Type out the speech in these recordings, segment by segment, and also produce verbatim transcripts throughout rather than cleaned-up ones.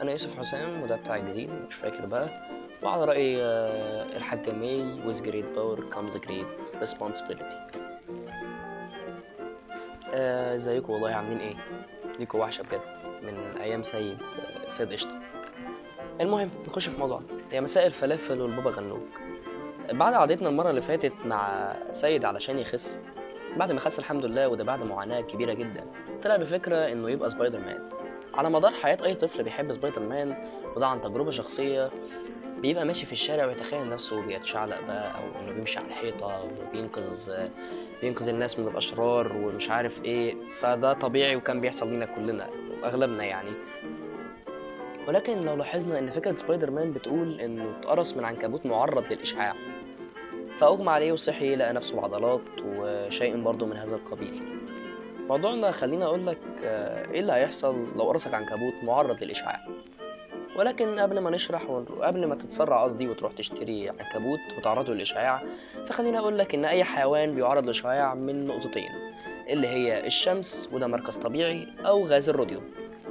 انا يوسف حسام وده بتاع جديد مش فاكر بقى. وعلى رأي آه، الحاجة مي with great power comes great responsibility. آه، ازيكم والله عاملين ايه؟ ليكوا وحشة بجد من ايام سيد آه، سيد قشطة. المهم نخش في موضوعنا. هي مساء الفلافل والبابا غنوج. بعد قعدتنا المرة اللي فاتت مع سيد علشان يخس، بعد ما خس الحمد لله وده بعد معاناة كبيرة جدا، طلع بفكرة انه يبقى سبايدر مان. على مدار حياة اي طفل بيحب سبايدر مان، وده عن تجربة شخصية. بيبقى ماشي في الشارع ويتخيل نفسه بيتشعلق بقى او انه بيمشي على الحيطة وبينقذ بينقذ الناس من الاشرار ومش عارف ايه. فده طبيعي وكان بيحصل لينا كلنا واغلبنا يعني. ولكن لو لاحظنا ان فكرة سبايدر مان بتقول انه اتقرص من عنكبوت معرض للاشعاع، فاغمى عليه وصحي لقى نفسه بعضلات وشيء برضه من هذا القبيل. موضوعنا خليني اقول لك ايه اللي هيحصل لو قرصك عنكبوت معرض للاشعاع. ولكن قبل ما نشرح وقبل ما تتسرع قصدي وتروح تشتري عنكبوت وتعرضه للاشعاع، فخليني اقول لك ان اي حيوان بيعرض للاشعاع من نقطتين، اللي هي الشمس وده مركز طبيعي، او غاز الراديوم.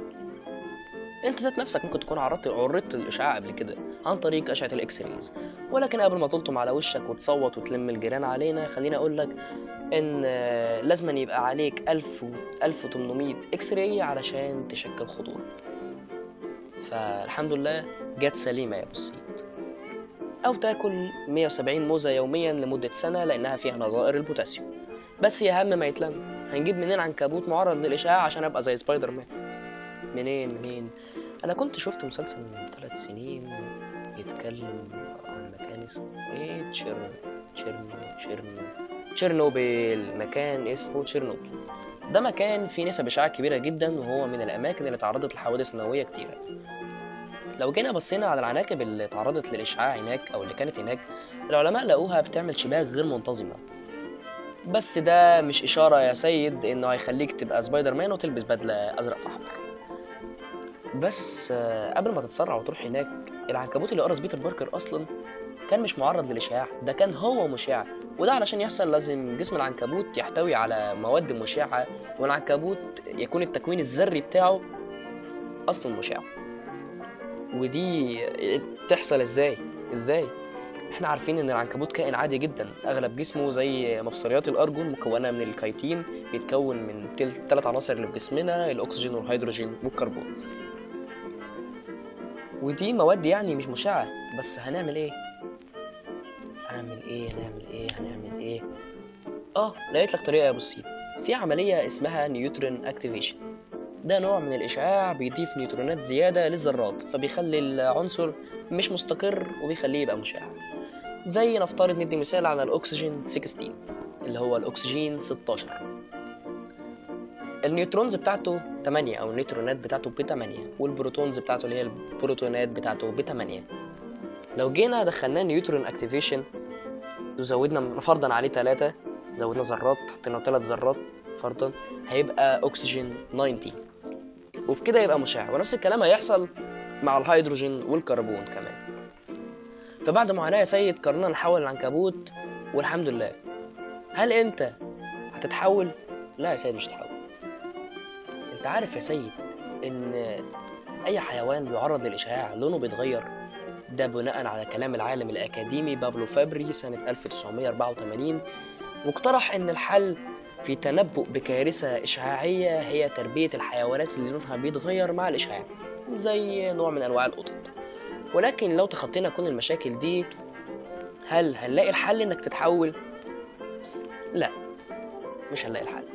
انت ذات نفسك ممكن تكون عرضت عرضت للاشعاع قبل كده عن طريق اشعه الاكس رايز. ولكن قبل ما تلطم على وشك وتصوت وتلم الجيران علينا، خليني اقول لك ان لازم يبقى عليك ألف ألف وتمنمية اكس راي علشان تشكل خطوط. فالحمد لله جت سليمه يا بسيط. او تاكل مية وسبعين موزه يوميا لمده سنه لانها فيها نظائر البوتاسيوم. بس يا هم ما يتلم، هنجيب منين عنكبوت معرض للاشعاع عشان ابقى زي سبايدر مان؟ منين منين انا كنت شفت مسلسل من ثلاث سنين بيتكلم عن مكان اسمه ايه تشير تشيرن تشيرن تشيرنوبيل. مكان اسمه تشيرنوبيل ده مكان فيه نسب اشعاع كبيره جدا، وهو من الاماكن اللي تعرضت لحوادث نوويه كتيره. لو جينا بصينا على العناكب اللي تعرضت للاشعاع هناك او اللي كانت هناك، العلماء لقوها بتعمل شباك غير منتظمه. بس ده مش اشاره يا سيد انه هيخليك تبقى سبايدر مان وتلبس بدله ازرق في احمر. بس قبل ما تتسرع وتروح هناك، العنكبوت اللي قرص بيتر باركر اصلا كان مش معرض للاشعاع، ده كان هو مشع. وده علشان يحصل لازم جسم العنكبوت يحتوي على مواد مشعه، والعنكبوت يكون التكوين الذري بتاعه اصلا مشع. ودي بتحصل ازاي ازاي احنا عارفين ان العنكبوت كائن عادي جدا، اغلب جسمه زي مفصليات الارجل مكونه من الكايتين، بيتكون من ثلاث عناصر اللي في جسمنا: الاكسجين والهيدروجين والكربون. ودي مواد يعني مش مشعة. بس هنعمل ايه هنعمل ايه هنعمل ايه هنعمل ايه اه لقيت لك طريقة يا بسيط. في عملية اسمها نيوترون اكتيفيشن. ده نوع من الاشعاع بيضيف نيوترونات زيادة للذرات، فبيخلي العنصر مش مستقر وبيخليه يبقى مشع. زي نفترض ندي مثال على الاكسجين ستة عشر اللي هو الاكسجين ستاشر. النيوترونز بتاعته تمانية، او النيوترونات بتاعته ب تمانية، والبروتونز بتاعته اللي هي البروتونات بتاعته ب تمانية. لو جينا دخلناه نيوترون اكتيفيشن وزودنا فرضا عليه ثلاثة، زودنا ذرات حطينا ثلاث ذرات فرضا، هيبقى اكسجين تسعين، وبكده يبقى مشع. ونفس الكلام هيحصل مع الهيدروجين والكربون كمان. فبعد معاناة يا سيد قررنا نحول العنكبوت، والحمد لله. هل انت هتتحول؟ لا يا سيد مش هتتحول. انت عارف يا سيد ان اي حيوان بيعرض للاشعاع لونه بيتغير؟ ده بناء على كلام العالم الاكاديمي بابلو فابري سنة ألف وتسعمية وأربعة وتمانين، واقترح ان الحل في تنبؤ بكارثة اشعاعية هي تربية الحيوانات اللي لونها بيتغير مع الاشعاع، زي نوع من انواع القطط. ولكن لو تخطينا كل المشاكل دي، هل هنلاقي الحل انك تتحول؟ لا، مش هنلاقي الحل.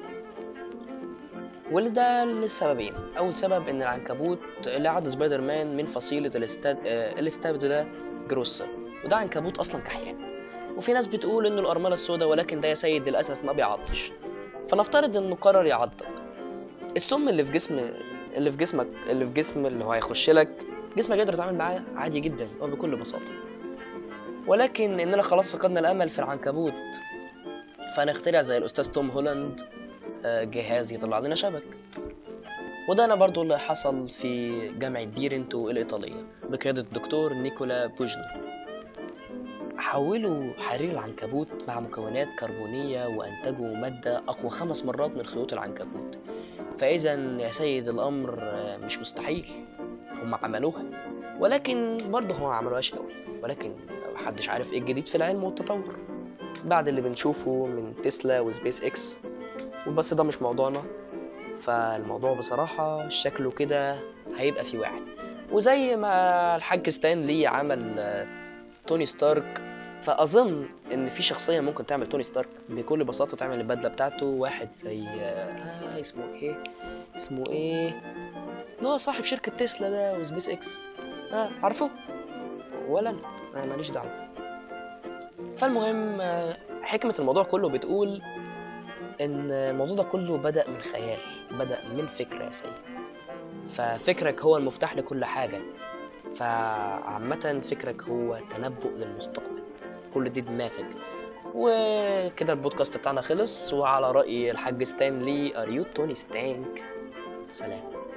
ولده لسببين. اول سبب ان العنكبوت اللي عض سبايدر مان من فصيله الاستاد الاستابدولا جروسا، وده عنكبوت اصلا كحيان. وفي ناس بتقول انه الارمله السوداء، ولكن ده يا سيد للاسف ما بيعضش. فنفترض انه قرر يعضك. السم اللي في جسم اللي في جسمك اللي في جسم اللي هو هيخش لك، جسمك يقدر يتعامل معاه عادي جدا وبكل بساطه. ولكن اننا خلاص فقدنا الامل في العنكبوت، فنخترع زي الاستاذ توم هولاند جهاز يطلع لنا شبك. وده انا برضو اللي حصل في جامعة ديرنتو الإيطالية بقيادة الدكتور نيكولا بوجنر. حولوا حرير العنكبوت مع مكونات كربونية وأنتجوا مادة أقوى خمس مرات من خيوط العنكبوت. فإذا يا سيد الأمر مش مستحيل، هم عملوها، ولكن برضه هم ما عملوهاش قوي. ولكن محدش عارف ايه الجديد في العلم والتطور بعد اللي بنشوفه من تسلا وسبيس اكس. وبس ده مش موضوعنا. فالموضوع بصراحة شكله كده هيبقى فيه واحد، وزي ما الحاج ستان لي عمل توني ستارك، فأظن إن في شخصية ممكن تعمل توني ستارك بكل بساطة، تعمل البدلة بتاعته. واحد زي آه اسمه إيه اسمه إيه اللي هو صاحب شركة تسلا ده وسبيس إكس، آه عارفه ولا أنا؟ أنا ماليش دعوة. فالمهم آه حكمة الموضوع كله بتقول إن الموضوع ده كله بدأ من خيال، بدأ من فكرة يا سيد. ففكرك هو المفتاح لكل حاجة. فعامة فكرك هو تنبؤ للمستقبل، كل دي دماغك. وكده البودكاست بتاعنا خلص، وعلى رأي الحاج ستانلي ار يو توني ستانك. سلام.